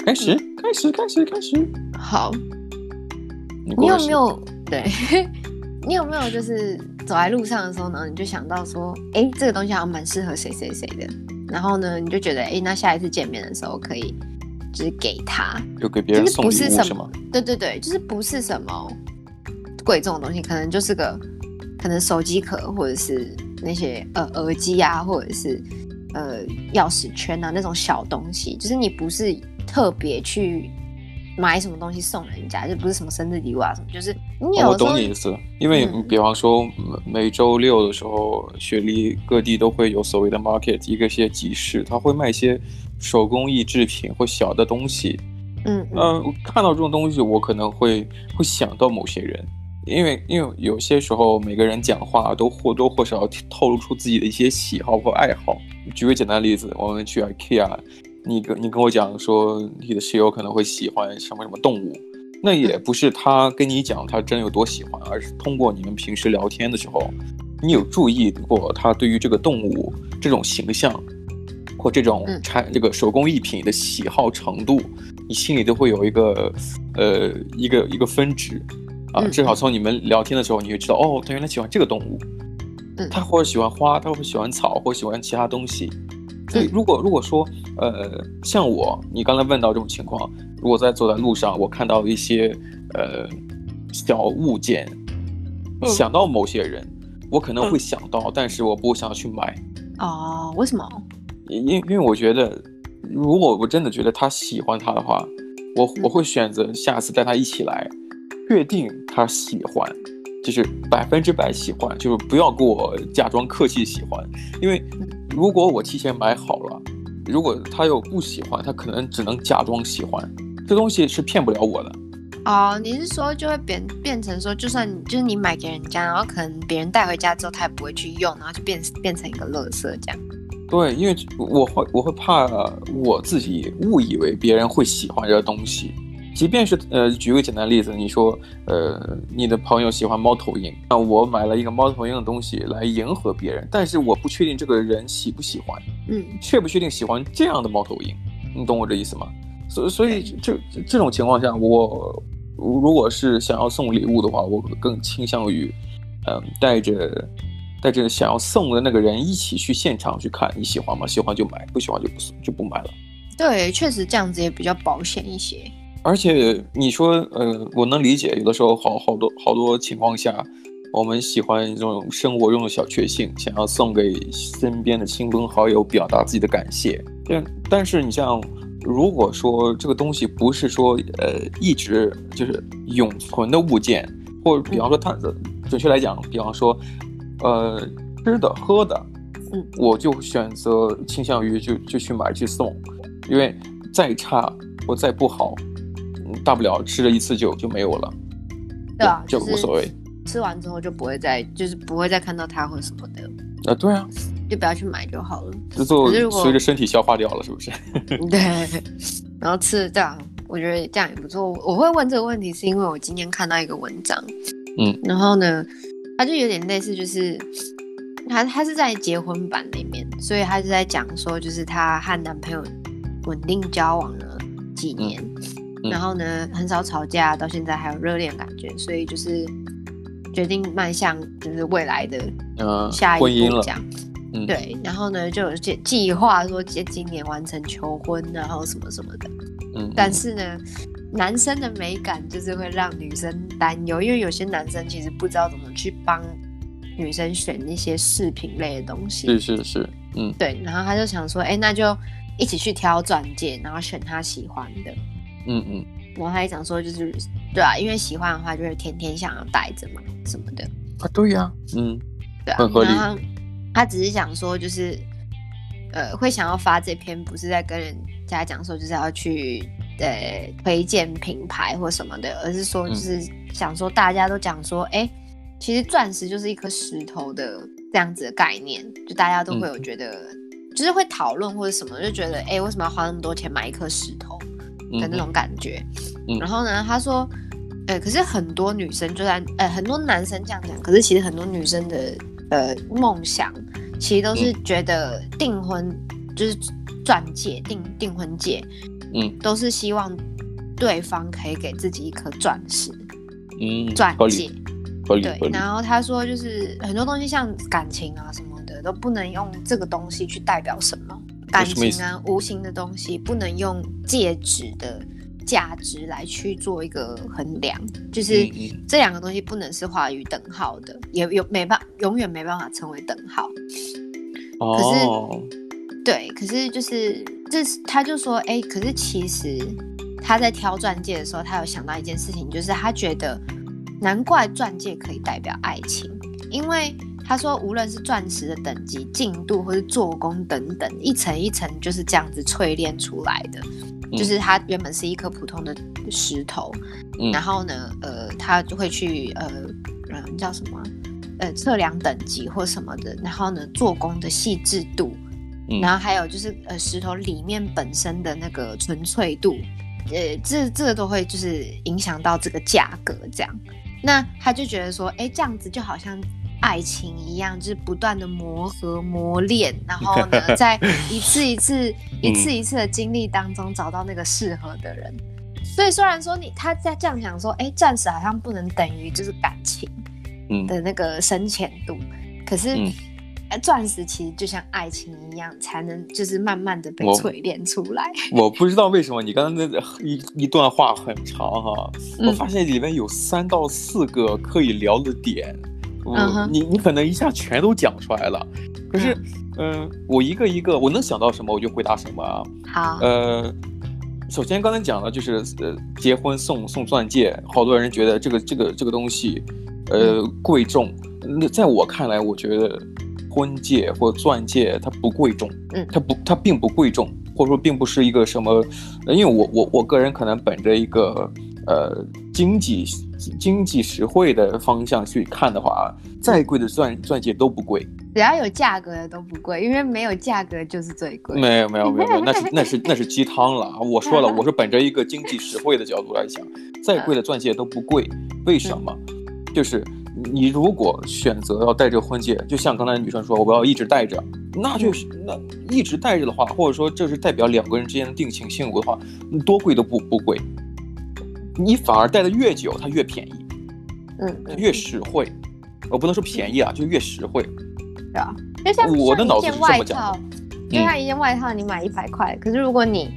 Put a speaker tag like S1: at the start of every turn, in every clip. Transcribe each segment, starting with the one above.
S1: 开始。
S2: 好，
S1: 你
S2: 有没有对？你有没有就是走在路上的时候呢，你就想到说，这个东西好像蛮适合谁谁谁的，然后呢，你就觉得，那下一次见面的时候可以就是给他，
S1: 就给别人送礼物是吗？
S2: 对，就是不是什么贵重的东西，可能就是可能手机壳，或者是那些耳机啊，或者是钥匙圈啊那种小东西，就是你不是特别去买什么东西送人家，就不是什么生日礼物啊什么，就是你有时候
S1: 我懂你意思，因为比方说每周六的时候，雪梨各地都会有所谓的 market， 一些集市，它会卖一些手工艺制品或小的东西。看到这种东西，我可能会想到某些人，因为有些时候每个人讲话都或多或少透露出自己的一些喜好或爱好。举个简单的例子，我们去 IKEA， 你跟我讲说你的室友可能会喜欢什么动物，那也不是他跟你讲他真有多喜欢，而是通过你们平时聊天的时候，你有注意过他对于这个动物这种形象或这种这个手工艺品的喜好程度，你心里都会有一个分值啊，至少从你们聊天的时候，你会知道哦，他原来喜欢这个动物，他或者喜欢花，他会喜欢草，或喜欢其他东西。所以如果说像你刚才问到这种情况，如果走在路上，我看到一些小物件，想到某些人，我可能会想到，但是我不会想要去买。
S2: 哦，为什么？
S1: 因为我觉得，如果我真的觉得他喜欢他的话，我会选择下次带他一起来，确定他喜欢，就是100%喜欢，就是不要给我假装客气喜欢。因为如果我提前买好了，如果他又不喜欢，他可能只能假装喜欢，这东西是骗不了我的。
S2: 哦，你是说就会变成说，就算就是你买给人家，然后可能别人带回家之后他也不会去用，然后就变成一个垃圾这样。
S1: 对，因为我会怕我自己误以为别人会喜欢这个东西，即便是举个简单的例子，你说你的朋友喜欢猫头鹰，那我买了一个猫头鹰的东西来迎合别人，但是我不确定这个人喜不喜欢，确不确定喜欢这样的猫头鹰，你懂我这意思吗？所以这种情况下，我如果是想要送礼物的话，我更倾向于带着想要送的那个人一起去现场去看，你喜欢吗？喜欢就买，不喜欢就不买了。
S2: 对，确实这样子也比较保险一些。
S1: 而且你说我能理解，有的时候好多情况下，我们喜欢这种生活中的小确幸，想要送给身边的亲朋好友，表达自己的感谢。但是你像如果说这个东西不是说一直就是永存的物件，或者比方说它准确来讲，比方说吃的喝的，我就选择倾向于就去买去送，因为再差或再不好，大不了吃了一次就没有了，
S2: 对啊，
S1: 就无所谓。
S2: 吃完之后就不会再看到它或什么的。
S1: 对啊，
S2: 就不要去买就好了。
S1: 就随着身体消化掉了，是不是？
S2: 对，然后吃这样，我觉得这样也不错。我会问这个问题，是因为我今天看到一个文章，然后呢，它就有点类似，就是他是在结婚版里面，所以他是在讲说，就是他和男朋友稳定交往了几年，然后呢很少吵架，到现在还有热恋感觉，所以就是决定迈向就是未来的下一步这样。对，然后呢就有计划说今年完成求婚，然后什么什么的。但是呢，男生的美感就是会让女生担忧，因为有些男生其实不知道怎么去帮女生选一些饰品类的东西。
S1: 是，
S2: 对，然后他就想说，那就一起去挑钻戒，然后选他喜欢的。然后他也讲说，就是对啊，因为喜欢的话，就会天天想要戴着嘛，什么的。
S1: 啊，对呀，
S2: 对啊，
S1: 很合理。
S2: 然后他只是想说，就是会想要发这篇，不是在跟人家讲说就是要去推荐品牌或什么的，而是说就是想说大家都讲说，其实钻石就是一颗石头的这样子的概念，就大家都会有觉得，就是会讨论或者什么，就觉得为什么要花那么多钱买一颗石头的那种感觉。然后呢，他说，可是很多女生就算很多男生这样讲，可是其实很多女生的梦想其实都是觉得订婚就是钻戒订婚戒都是希望对方可以给自己一颗钻石，钻戒。对，然后他说就是很多东西像感情啊什么的都不能用这个东西去代表什么，感情啊无形的东西不能用戒指的价值来去做一个衡量，就是这两个东西不能是画于等号的，也永远没办法成为等号。可是就是他就说可是其实他在挑钻戒的时候，他有想到一件事情，就是他觉得难怪钻戒可以代表爱情，因为他说无论是钻石的等级、进度或是做工等等，一层一层就是这样子淬炼出来的。就是它原本是一颗普通的石头，然后呢，他就会去叫什么测量等级或什么的，然后呢做工的细致度，然后还有就是石头里面本身的那个纯粹度，这个都会就是影响到这个价格这样。那他就觉得说，这样子就好像爱情一样，就是不断的磨合磨练，然后呢在一次一次的经历当中找到那个适合的人。所以虽然说他在这样想说钻石好像不能等于就是感情的那个深浅度，可是钻石其实就像爱情一样，才能就是慢慢的被淬炼出来。
S1: 我不知道为什么你刚才那一段话很长哈，我发现里面有3到4个可以聊的点，你可能一下全都讲出来了。可是我一个一个我能想到什么我就回答什么啊。
S2: 好，
S1: 首先刚才讲了就是结婚送钻戒，好多人觉得这个东西贵重。那在我看来，我觉得婚戒或钻戒它不贵重，它并不贵重，或者说并不是一个什么，因为我个人可能本着一个经济实惠的方向去看的话，再贵的钻戒都不贵，
S2: 只要有价格的都不贵，因为没有价格就是最贵。
S1: 没有，那是鸡汤了。我说了，我是本着一个经济实惠的角度来想，再贵的钻戒都不贵。为什么？就是你如果选择要戴这个婚戒，就像刚才女生说我要一直戴着，那一直戴着的话，或者说这是代表2个人之间的定情信物的话，多贵都不贵。你反而戴的越久它越便宜，越实惠。我不能说便宜啊，就越实惠。
S2: 对啊，就像
S1: 我的脑子是这么讲的，
S2: 就像一件外套你买100块，可是如果你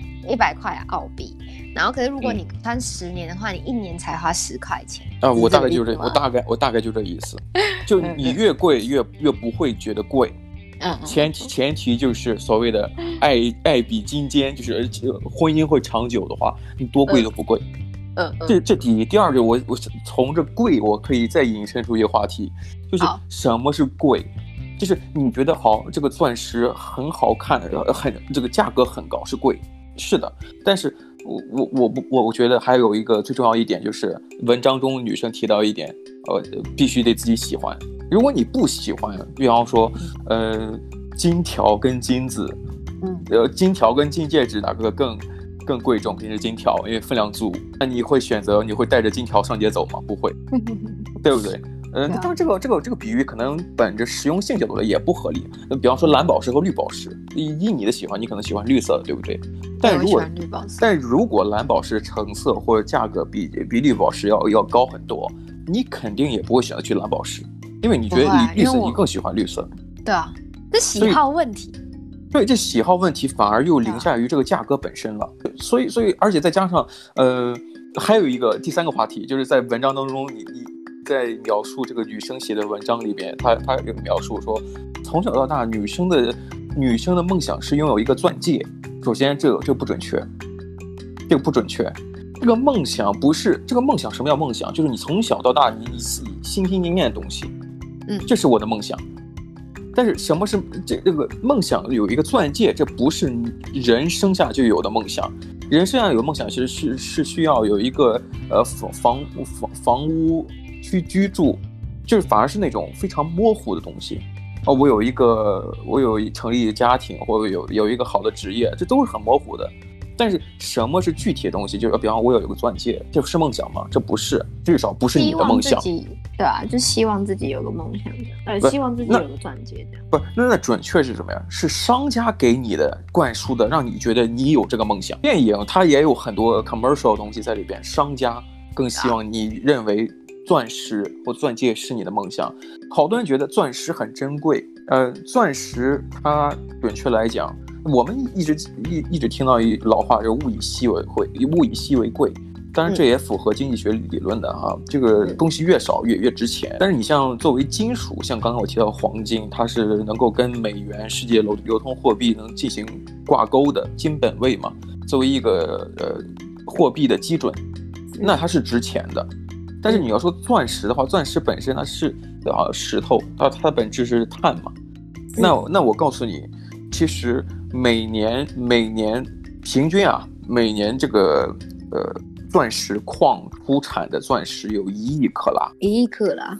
S2: 100块澳币，然后可是如果你穿10年的话，你1年才花10块钱
S1: 啊。我大概就这意思，就你越贵越不会觉得贵。前提就是所谓的爱比金坚，就是婚姻会长久的话，你多贵都不贵。这第一。第二个，我从这贵我可以再引申出一个话题，就是什么是贵？就是你觉得好，这个钻石很好看，这个价格很高，是贵，是的。但是我觉得还有一个最重要一点，就是文章中女生提到一点，必须得自己喜欢。如果你不喜欢，比方说金条跟金子，金条跟金戒指哪个更贵重？肯定是金条，因为分量足。那你会带着金条上街走吗？不会，对不对？当然这个比喻可能本着实用性角度也不合理。比方说蓝宝石和绿宝石，以你的喜欢，你可能喜欢绿色的，对不对？但如果蓝宝石成色或者价格比绿宝石要高很多，你肯定也不会选择去蓝宝石，因为你觉得绿色你更喜欢绿色。
S2: 对啊，这喜好问题。
S1: 对，这喜好问题反而又凌驾于这个价格本身了。所以而且再加上还有一个第3个话题，就是在文章当中你在描述这个女生写的文章里边，她有描述说从小到大女生的梦想是拥有一个钻戒。首先这个不准确，这个梦想不是这个梦想。什么叫梦想？就是你从小到大你心心念念的东西，这是我的梦想。但是什么是这个梦想？有一个钻戒，这不是人生下就有的梦想。人生下有梦想，其实是需要有一个房屋去居住，就是反而是那种非常模糊的东西。我有成立家庭，或者有一个好的职业，这都是很模糊的。 但是什么是具体的东西？就是比方我有一个钻戒，这是梦想吗？这不是，至少不是你的梦想。
S2: 对啊，就希望自己有个梦想的，希望自己有个钻戒这样。
S1: 不，那准确是什么呀？是商家给你的灌输的，让你觉得你有这个梦想。电影它也有很多 commercial 的东西在里边，商家更希望你认为钻石或钻戒是你的梦想。好多人觉得钻石很珍贵，钻石它准确来讲，我们一直听到一老话，就物以稀为贵。当然这也符合经济学理论的哈，这个东西越少越值钱。但是你像作为金属，像刚刚我提到黄金，它是能够跟美元世界流通货币能进行挂钩的金本位嘛，作为一个货币的基准，那它是值钱的。但是你要说钻石的话，钻石本身它是石头，它的本质是碳嘛。那我告诉你，其实每年平均每年这个钻石矿出产的钻石有1亿克拉，1亿克拉，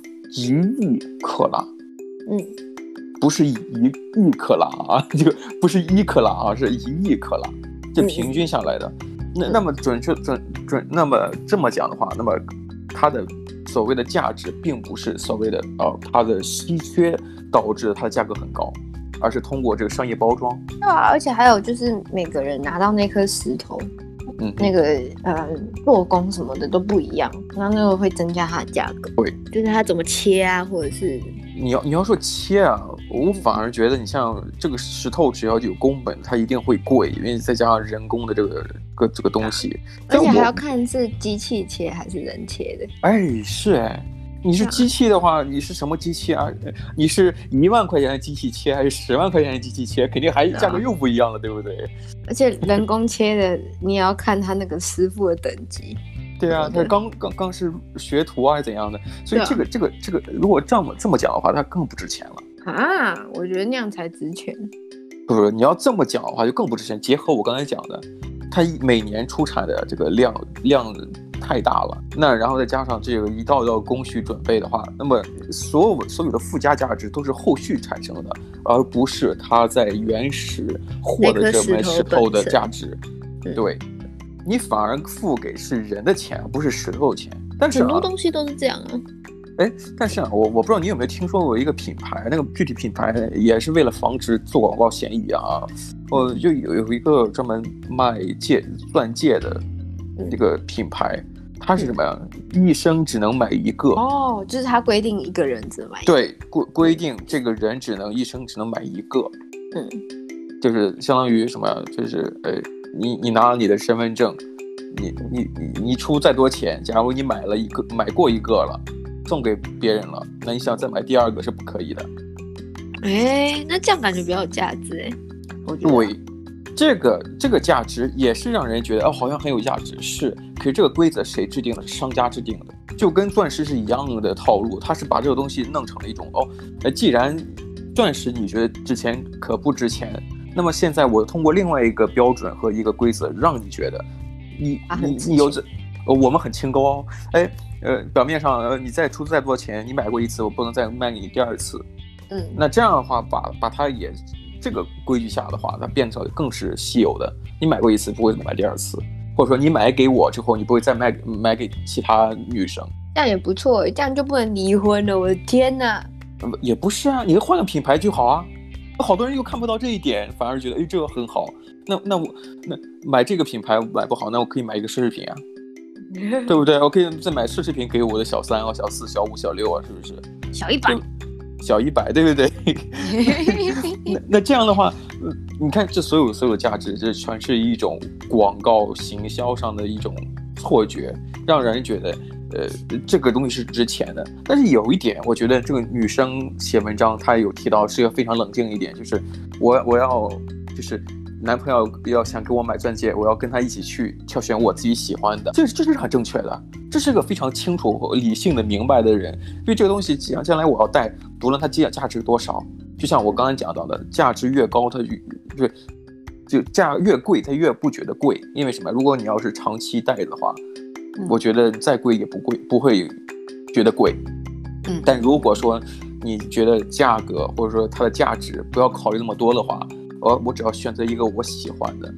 S1: 不是1亿克拉啊，就不是1克拉啊，是1亿克拉，这平均下来的。那么那么这么讲的话，那么它的所谓的价值，并不是所谓的它的稀缺导致它的价格很高，而是通过这个商业包装。
S2: 对啊，而且还有就是每个人拿到那颗石头。那个做工什么的都不一样，然后那个会增加它的价格。
S1: 对，
S2: 就是它怎么切啊，或者是
S1: 你要说切啊，我反而觉得你像这个石头，只要有工本，它一定会贵，因为再加上人工的这个东西，
S2: 而且还要看是机器切还是人切的。
S1: 哎，是你是机器的话，你是什么机器啊？你是1万块钱的机器切，还是10万块钱的机器切？肯定还价格又不一样了，对不对？
S2: 而且人工切的，你也要看他那个师傅的等级。
S1: 对啊，他刚是学徒还是怎样的？所以这个，如果这么讲的话，它更不值钱了
S2: 啊！我觉得那样才值钱。
S1: 不是，你要这么讲的话，就更不值钱。结合我刚才讲的，它每年出产的这个量太大了，那然后再加上这个一道工序准备的话，那么所有的附加价值都是后续产生的，而不是它在原始获得这枚石头的价值。对，你反而付给是人的钱，不是石头的钱。但是
S2: 很多东西都是这样啊。
S1: 但是我不知道你有没有听说过一个品牌，那个具体品牌也是为了防止做广告嫌疑啊，就有一个专门卖钻戒的这个品牌，它是什么呀？一生只能买一个。
S2: 就是它规定一个人只能买一个。
S1: 对，规定这个人一生只能买一个。就是相当于什么呀？就是你拿了你的身份证，你出再多钱，假如你买过一个了，送给别人了，那你想再买第二个是不可以的。
S2: 那这样感觉比较有价值我觉
S1: 得。对，这个价值也是让人觉得好像很有价值，是。可是这个规则谁制定的？是商家制定的，就跟钻石是一样的套路，它是把这个东西弄成了一种既然钻石你觉得值钱可不值钱，那么现在我通过另外一个标准和一个规则让你觉得你有我们很清高表面上你再出再多钱，你买过一次，我不能再卖给你第二次。那这样的话把它也这个规矩下的话，它变成更是稀有的。你买过一次，不会再买第二次，或者说你买给我之后，你不会再买给其他女生。
S2: 这样也不错，这样就不能离婚了。我的天哪！
S1: 也不是啊，你换个品牌就好啊。好多人又看不到这一点，反而觉得这个很好。那买这个品牌买不好，那我可以买一个奢侈品啊。对不对？我可以再买奢侈品给我的小3、小4、小5、小6是不是？小100，对不对？那这样的话，你看这所有价值，这全是一种广告行销上的一种错觉，让人觉得这个东西是值钱的。但是有一点，我觉得这个女生写文章，她有提到是要非常冷静一点，就是我要就是男朋友要想给我买钻戒，我要跟他一起去挑选我自己喜欢的，这是很正确的，这是个非常清楚、理性的、明白的人。因为这个东西将来我要戴，无论它价值多少，就像我刚才讲到的，价值越高，它就价越贵，它越不觉得贵。因为什么？如果你要是长期戴的话，我觉得再贵也不会觉得贵。但如果说你觉得价格或者说它的价值不要考虑那么多的话，我只要选择一个我喜欢的，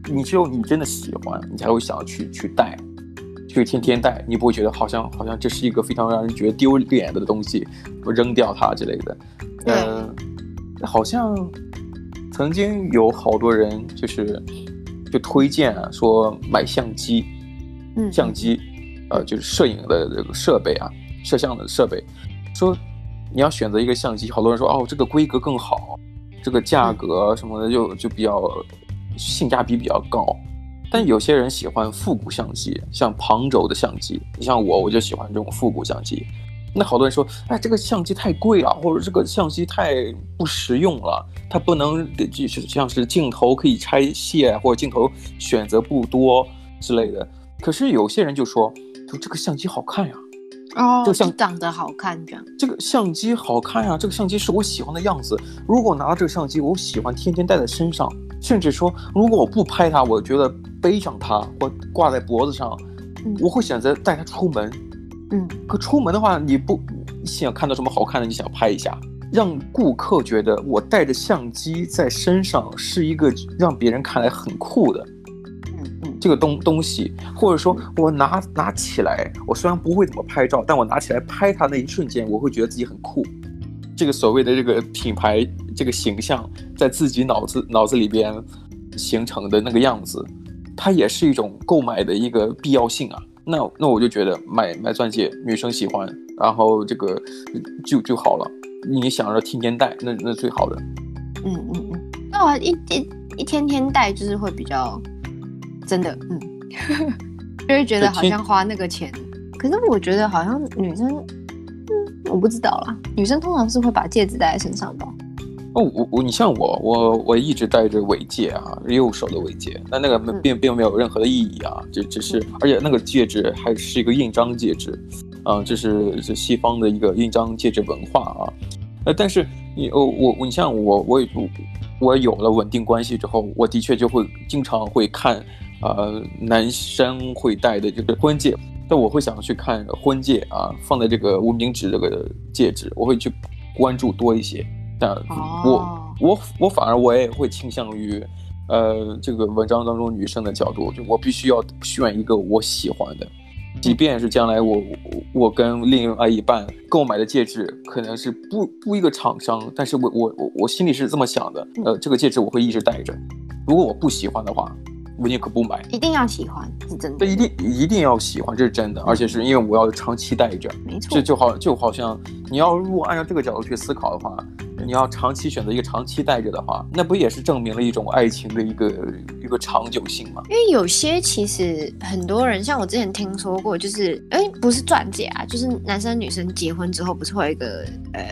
S1: 你只有你真的喜欢，你才会想要去戴，去天天戴，你不会觉得好像这是一个非常让人觉得丢脸的东西，扔掉它之类的。好像曾经有好多人就推荐说买相机，相机，就是摄影的这个设备啊，摄像的设备，说你要选择一个相机，好多人说这个规格更好，这个价格什么的就比较性价比比较高。但有些人喜欢复古相机，像旁轴的相机，你像我就喜欢这种复古相机。那好多人说，这个相机太贵了，或者这个相机太不实用了，它不能就是像是镜头可以拆卸，或者镜头选择不多之类的。可是有些人就说这个相机好看呀，
S2: 这个相长得好看这样，
S1: 这个相机好看呀，这个相机是我喜欢的样子。如果拿到这个相机，我喜欢天天带在身上，甚至说如果我不拍它，我觉得背上它或挂在脖子上，我会选择带它出门。可出门的话，你想看到什么好看的，你想拍一下，让顾客觉得我带着相机在身上是一个让别人看来很酷的这个东西，或者说我拿起来，我虽然不会怎么拍照，但我拿起来拍它那一瞬间，我会觉得自己很酷。这个所谓的这个品牌这个形象在自己脑子里边形成的那个样子，它也是一种购买的一个必要性啊。那我就觉得买钻戒，女生喜欢，然后这个就好了。你想着天天戴，那最好的。
S2: 那我一天天戴就是会比较真的，就会觉得好像花那个钱。可是我觉得好像女生，我不知道啦，女生通常是会把戒指戴在身上吧。
S1: 你像我一直戴着尾戒啊，右手的尾戒，那个并没有任何的意义啊，只是，而且那个戒指还是一个印章戒指，这是西方的一个印章戒指文化啊。但是你像我有了稳定关系之后，我的确就会经常会看男生会戴的这个婚戒，但我会想去看婚戒啊，放在这个无名指这个戒指，我会去关注多一些。但我反而我也会倾向于这个文章当中女生的角度，就我必须要选一个我喜欢的，即便是将来我跟另外一半购买的戒指可能是不一个厂商，但是我心里是这么想的，这个戒指我会一直戴着。如果我不喜欢的话，我宁可不买。
S2: 一定要喜欢是真的，
S1: 一定要喜欢，这是真的，而且是因为我要长期戴着。
S2: 没错，
S1: 就好像你要如果按照这个角度去思考的话，你要长期选择一个长期戴着的话，那不也是证明了一种爱情的一个长久性吗？
S2: 因为有些其实很多人，像我之前听说过，就是不是钻戒啊，就是男生女生结婚之后不是会有一个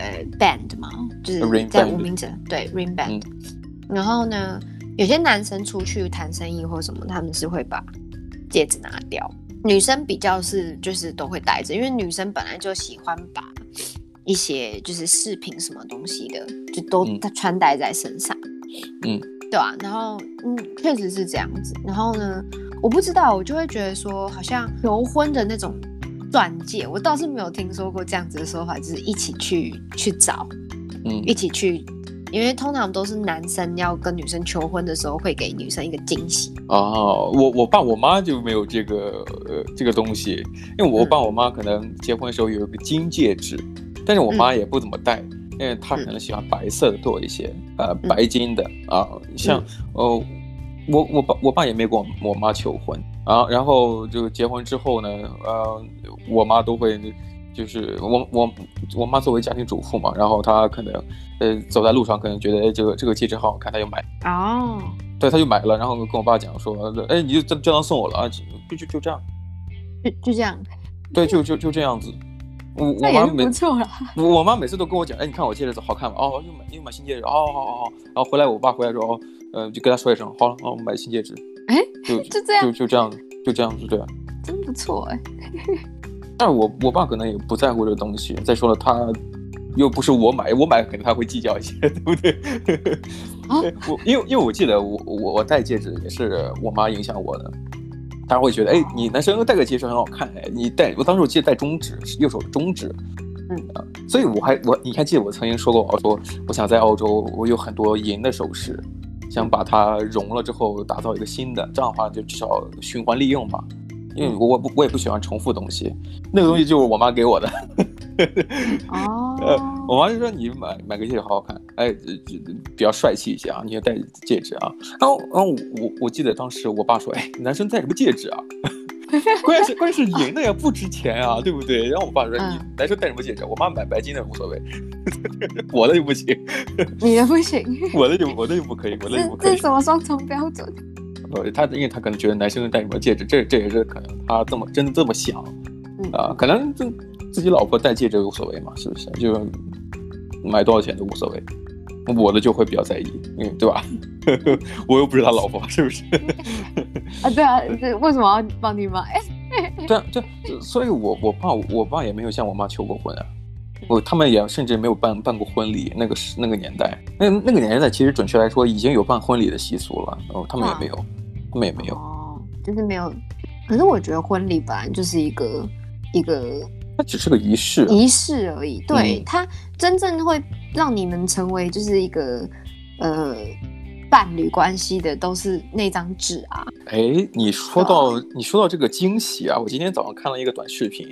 S2: band 吗？就是在无名指，对 ring band。然后呢，有些男生出去谈生意或什么，他们是会把戒指拿掉，女生比较就是都会戴着，因为女生本来就喜欢把一些就是饰品什么东西的，就都穿戴在身上，对吧？然后确实是这样子。然后呢，我不知道，我就会觉得说，好像求婚的那种钻戒，我倒是没有听说过这样子的说法，就是一起去找，一起去。因为通常都是男生要跟女生求婚的时候，会给女生一个惊喜。
S1: 我爸我妈就没有这个东西，因为我爸我妈可能结婚的时候有一个金戒指，但是我妈也不怎么戴，因为她可能喜欢白色的多一些，白金的啊。像我爸也没跟我妈求婚啊，然后就结婚之后呢，我妈都会。就是我妈作为家庭主妇嘛，然后她可能走在路上可能觉得这个戒指好好看，她就买对，她就买了，然后跟我爸讲说，你就这样送我了啊，就这样，
S2: 就这样，
S1: 对，就这样子。我妈每次都跟我讲，你看我戒指好看吗？又买新戒指，好，然后我爸回来说，就跟他说一声，好了，我买新戒指，
S2: 就这样，
S1: 就这样子，对，
S2: 真不错
S1: 但我爸可能也不在乎这个东西。再说了，他又不是我买可能他会计较一些，对不对？因为我记得我戴戒指也是我妈影响我的，她会觉得你男生戴个戒指很好看，我当时我记得戴中指，右手中指，所以你还记得我曾经说过，我说我想在澳洲我有很多银的首饰， 想把它融了之后打造一个新的，这样的话就至少循环利用吧。因为我也不喜欢重复东西，那个东西就是我妈给我的。我妈就说你买个戒指好好看，哎，比较帅气一些啊，你要戴戒指啊。然后我记得当时我爸说，哎，男生戴什么戒指啊？关键是银的呀，不值钱啊，对不对？然后我爸说，你男生戴什么戒指？我妈买白金的无所谓，我的就不行。
S2: 你的不行，
S1: 我的就不可以，我的就不可以。
S2: 这是什么双重标准？
S1: 因为他可能觉得男生戴什么戒指，这也是可能他真的这么想啊，可能自己老婆戴戒指无所谓嘛，是不是？就买多少钱都无所谓。我的就会比较在意，对吧？我又不是他老婆，是不是？
S2: 对啊，为什么要帮你买？
S1: 对，所以我爸也没有向我妈求过婚啊，他们也甚至没有办过婚礼。那个年代，那个年代其实准确来说已经有办婚礼的习俗了，他们也没有，
S2: 就是没有。可是我觉得婚礼本来就是一个。
S1: 它只是个仪式
S2: 而已。对，它真正会让你们成为就是一个伴侣关系的，都是那张纸啊。
S1: 哎，你说到这个惊喜啊，我今天早上看了一个短视频，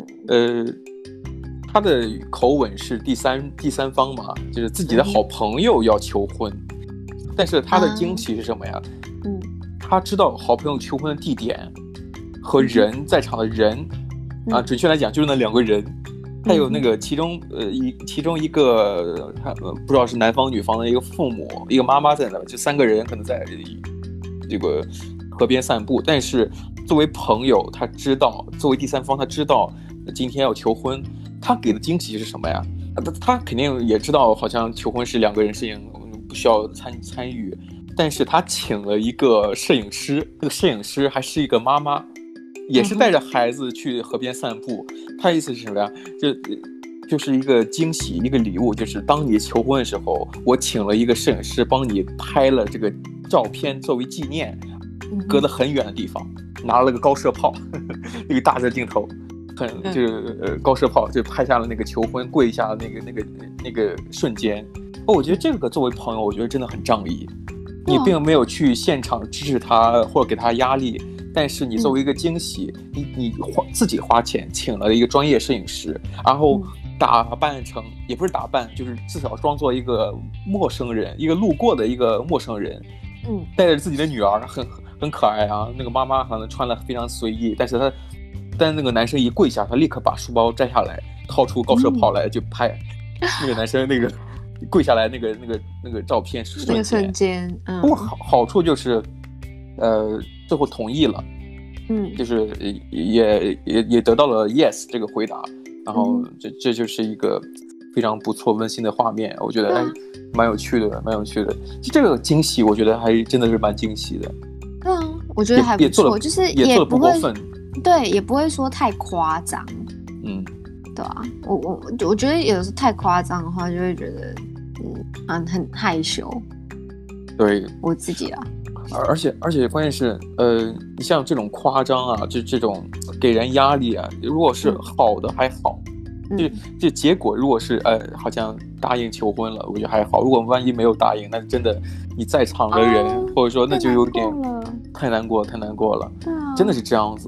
S1: 他的口吻是第三方嘛，就是自己的好朋友要求婚，但是他的惊喜是什么呀？他知道好朋友求婚的地点和人在场的人。准确来讲就是那2个人，还有那个其中一个他不知道是男方女方的一个父母，一个妈妈在那，就3个人可能在这个河边散步。但是作为朋友他知道，作为第三方他知道今天要求婚，他给的惊喜是什么呀？他肯定也知道好像求婚是2个人事情，不需要参与，但是他请了一个摄影师，那个摄影师还是一个妈妈，也是带着孩子去河边散步。他的意思是什么呀？就是一个惊喜，一个礼物，就是当你求婚的时候，我请了一个摄影师帮你拍了这个照片作为纪念，隔得很远的地方，拿了个高射炮，那个大的镜头，就是高射炮就拍下了那个求婚跪下那个瞬间。我觉得这个作为朋友，我觉得真的很仗义。你并没有去现场支持他或者给他压力，但是你作为一个惊喜，你自己花钱请了一个专业摄影师，然后打扮成，也不是打扮，就是至少装作一个陌生人，一个路过的一个陌生人，带着自己的女儿，很可爱啊。那个妈妈可能穿了非常随意，但那个男生一跪下，他立刻把书包摘下来，掏出高射炮来就拍那个男生那个跪下来那个照片瞬间，不过好处就是，最后同意了，就是也得到了 yes 这个回答，然后这就是一个非常不错温馨的画面，我觉得蛮有趣的。这个惊喜我觉得还真的是蛮惊喜的。
S2: 我觉得还不错，就是
S1: 也做得不过分，
S2: 对，也不会说太夸张，对啊，我觉得有的时候太夸张的话，就会觉得很害羞。
S1: 对，
S2: 我自己啦。
S1: 而且关键是，你像这种夸张啊，这种给人压力啊，如果是好的还好，这结果如果是好像答应求婚了，我觉得还好。如果万一没有答应，那真的你在场的人，或者说那就有点太难过了，真的是这样子。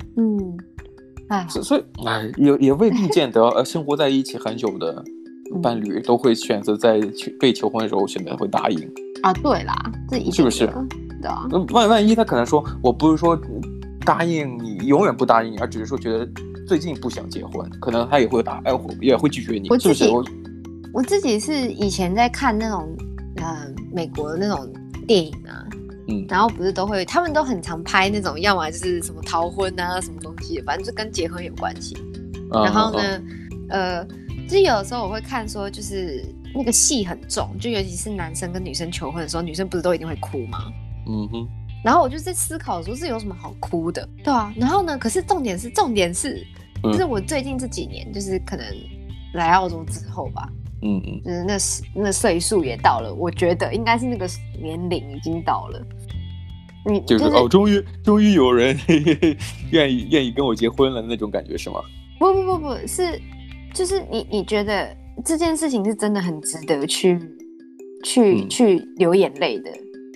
S1: 所以也未必见得生活在一起很久的伴侣都会选择在被求婚的时候选择会答应
S2: 啊。对啦，这一定
S1: 是不是？
S2: 对啊。
S1: 万一他可能说，我不是说答应你永远不答应你，而只是说觉得最近不想结婚，可能他也会拒绝你，是不是？
S2: 我自己是以前在看那种美国的那种电影啊。然后不是他们都很常拍那种，要么就是什么逃婚啊，什么东西，反正就跟结婚有关系。然后呢，就是有的时候我会看说，就是那个戏很重，就尤其是男生跟女生求婚的时候，女生不是都一定会哭吗？然后我就在思考说，是有什么好哭的？对啊。然后呢，可是重点是，就是我最近这几年，就是可能来澳洲之后吧。就是那岁数也到了，我觉得应该是那个年龄已经到了。
S1: 就是终于有人愿意跟我结婚了那种感觉是吗？
S2: 不是，就是你觉得这件事情是真的很值得去流眼泪的，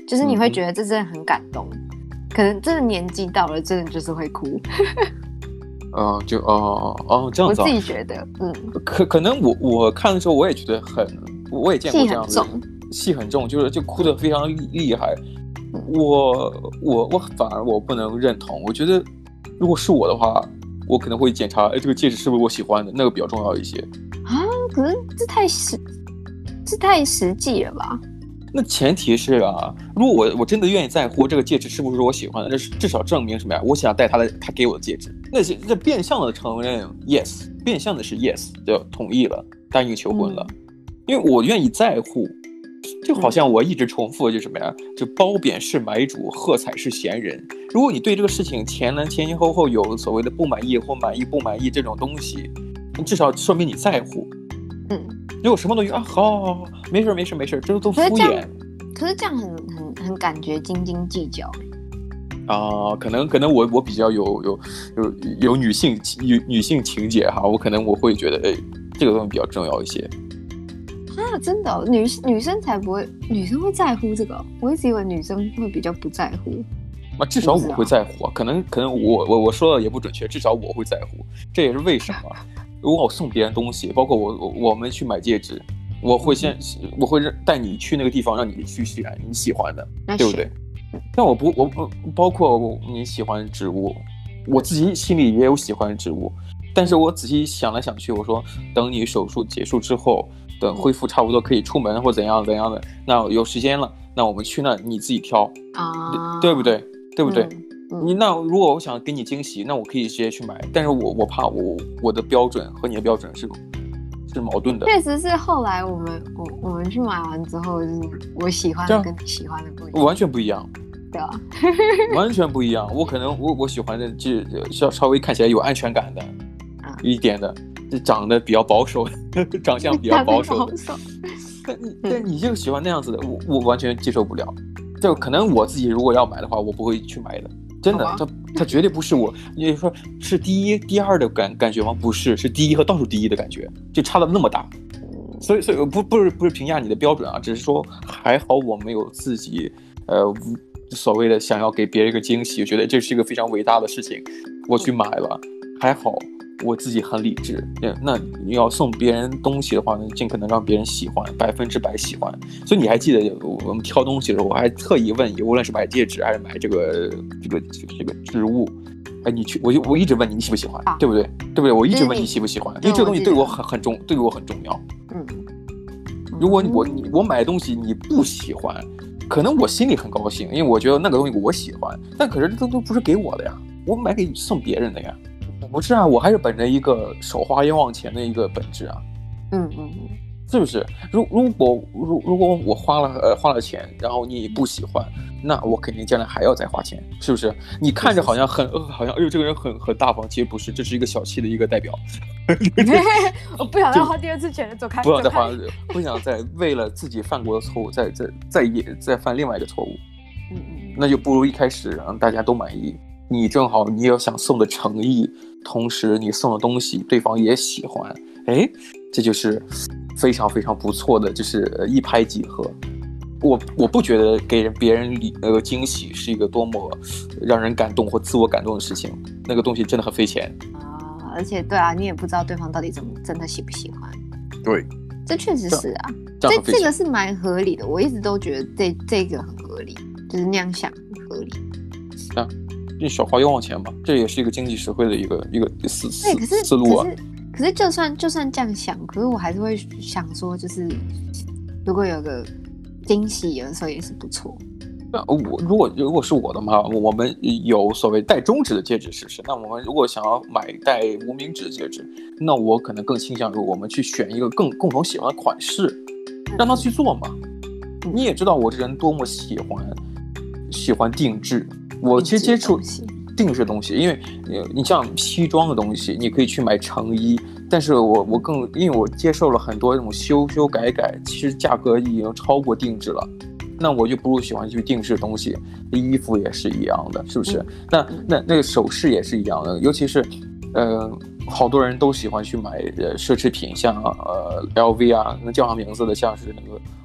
S2: 就是你会觉得这真的很感动，可能真的年纪到了，真的就是会哭。
S1: 这样子、
S2: 我自己觉得，
S1: 可能我看的时候我也觉得我也见过这样子，戏很重，就哭得非常厉害。我反而我不能认同，我觉得如果是我的话，我可能会检查，这个戒指是不是我喜欢的，那个比较重要一些
S2: 啊。可是这太实际了吧？
S1: 那前提是啊，如果我真的愿意在乎这个戒指是不是我喜欢的，那是至少证明什么呀？我想戴他给我的戒指，那是这变相的承认 yes， 变相的是 yes， 就同意了，答应求婚了，因为我愿意在乎。就好像我一直重复的就是什么呀？就褒贬是买主，喝彩是闲人。如果你对这个事情前后后有所谓的不满意或满意不满意这种东西，至少说明你在乎。如果什么东西啊，好，没事，这都敷衍。
S2: 可是这样很感觉斤斤计较。
S1: 可能我比较有女性情节哈，我会觉得这个东西比较重要一些。
S2: 真的哦，女生才不会，女生会在乎这个。我一直以为女生会比较不在乎。
S1: 至少我会在乎啊，可能我说的也不准确，至少我会在乎。这也是为什么，如果我送别人东西，包括我们去买戒指，我会带你去那个地方，让你去选你喜欢的，对不对？但我包括你喜欢植物，我自己心里也有喜欢的植物，但是我仔细想来想去，我说等你手术结束之后。等恢复差不多可以出门或怎样的，那有时间了，那我们去那你自己挑啊，对不对？那如果我想给你惊喜，那我可以直接去买，但是我怕我的标准和你的标准是矛盾的。
S2: 确实是后来我们去买完之后，就是我喜欢的跟你喜欢的不一样，
S1: 完全不一样。
S2: 对啊，
S1: 完全不一样。我可能我喜欢的就稍微看起来有安全感的一点的。长得比较保守，长相比较保守的，但你就喜欢那样子的，我完全接受不了。就可能我自己如果要买的话，我不会去买的，真的，它绝对不是我。你说是第一、第二的感觉吗？不是，是第一和倒数第一的感觉，就差的那么大。所以不是评价你的标准啊，只是说还好我没有自己所谓的想要给别人一个惊喜，我觉得这是一个非常伟大的事情，我去买了，还好。我自己很理智，那你要送别人东西的话呢，尽可能让别人喜欢，100%喜欢。所以你还记得我们挑东西的时候，我还特意问你，无论是买戒指还是买这个植物，我一直问你喜不喜欢，对不对？我一直问你喜不喜欢，因为这个东西对我很重要。如果我买的东西你不喜欢，可能我心里很高兴，因为我觉得那个东西我喜欢，但可是这都不是给我的呀，我买给送别人的呀。不是啊，我还是本着一个少花冤枉钱的一个本质啊，是不是？如果我花了钱，然后你不喜欢，那我肯定将来还要再花钱，是不是？你看着好像哎呦这个人很大方，其实不是，这是一个小气的一个代表。
S2: 我不想再花第二次钱了，走开。
S1: 不想再花，不想再为了自己犯过的错误再犯另外一个错误。那就不如一开始让大家都满意。你正好你有想送的诚意，同时你送的东西对方也喜欢，这就是非常非常不错的，就是一拍即合。我不觉得给别人惊喜是一个多么让人感动或自我感动的事情，那个东西真的很费钱
S2: 啊，而且对啊，你也不知道对方到底真的喜不喜欢。
S1: 对，
S2: 这确实是啊，这个是蛮合理的，我一直都觉得这个很合理，就是那样想很合理
S1: 啊。少花冤枉钱嘛，这也是一个经济实惠的一个思路啊。
S2: 可是就算这样想，可是我还是会想说，就是如果有个惊喜，有的时候也是不错。
S1: 那如果是我的话，我们有所谓带中指的戒指试试。那我们如果想要买带无名指的戒指，那我可能更倾向于我们去选一个共同喜欢的款式，让他去做嘛。你也知道我这人多么喜欢定制。我其实接触定制东西，因为你像西装的东西，你可以去买成衣，但是我更因为我接受了很多这种修改，其实价格已经超过定制了，那我就不如喜欢去定制的东西，衣服也是一样的，是不是？那个首饰也是一样的，尤其是好多人都喜欢去买奢侈品，像LV 啊，能叫上名字的，像是那个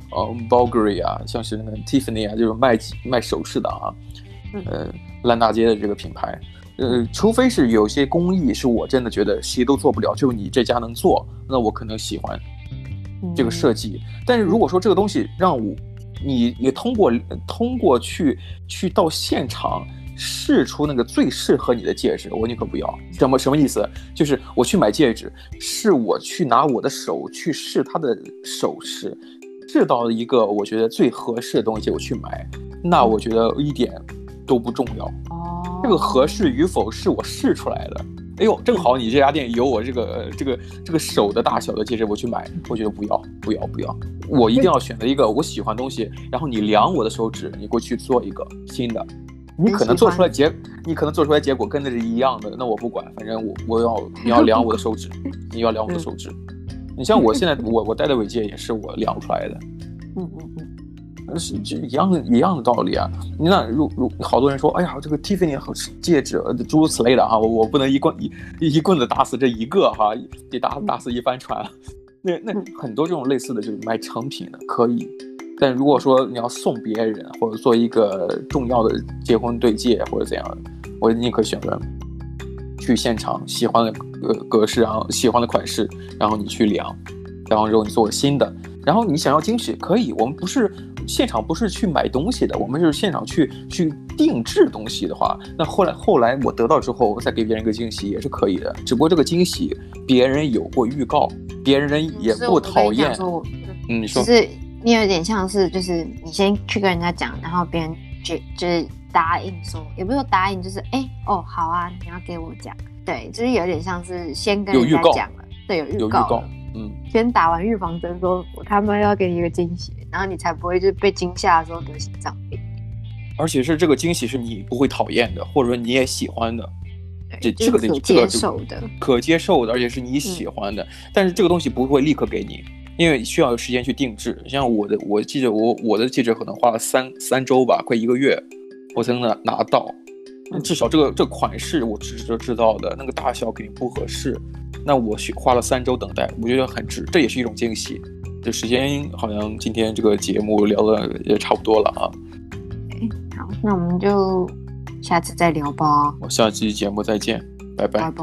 S1: Bulgari 啊，像是那个 Tiffany 啊，就是卖首饰的啊，烂大街的这个品牌。除非是有些工艺是我真的觉得谁都做不了，就你这家能做，那我可能喜欢这个设计。但是如果说这个东西让你通过去到现场试出那个最适合你的戒指，我宁可不要。什么意思？就是我去买戒指，是我去拿我的手去试它的首饰，试到一个我觉得最合适的东西我去买，那我觉得一点都不重要。这个合适与否是我试出来的。哎呦，正好你这家店有我这个手的大小的戒指，我去买，我觉得不要，我一定要选择一个我喜欢的东西，然后你量我的手指，你过去做一个新的，你可能做出来结果跟那是一样的，那我不管，反正你要量我的手指，你要量我的手指。你像我现在我戴的尾戒也是我量出来的。是一样的道理啊！你那如好多人说，哎呀，这个 Tiffany 戒指诸如此类的哈，我不能一棍子打死这一个哈，得打死一帆船。那很多这种类似的，就是买成品的可以，但如果说你要送别人或者做一个重要的结婚对戒或者怎样的，我宁可选择去现场喜欢的格式，然后喜欢的款式，然后你去量，然后你做个新的。然后你想要惊喜可以，我们现场不是去买东西的，我们是现场去定制东西的话，那后来我得到之后，我再给别人一个惊喜也是可以的。只不过这个惊喜别人有过预告，别人也不讨厌。你说，
S2: 就是你有点像是，就是你先去跟人家讲，然后别人就是答应说，也不是说答应，就是好啊，你要给我讲，对，就是有点像是先跟人家讲了，对，有预告。先打完预防针，说他们要给你一个惊喜，然后你才不会就被惊吓的时候得心脏病。
S1: 而且是这个惊喜是你不会讨厌的，或者说你也喜欢的，这个
S2: 可接受的，
S1: 可接受的，而且是你喜欢的。但是这个东西不会立刻给你，因为需要有时间去定制。像我记得我的戒指可能花了三周吧，快1个月，我才能拿到。至少这款式我知道的，那个大小肯定不合适。那我花了3周等待，我觉得很值，这也是一种惊喜。这时间好像今天这个节目聊的也差不多了啊。
S2: 好，那我们就下次再聊吧。
S1: 我下期节目再见，拜拜。
S2: 拜拜。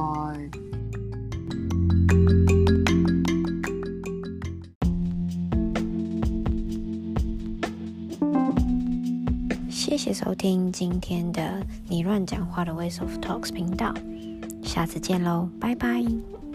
S2: 谢谢收听今天的你乱讲话的 Ways of Talks 频道，下次见喽，拜拜。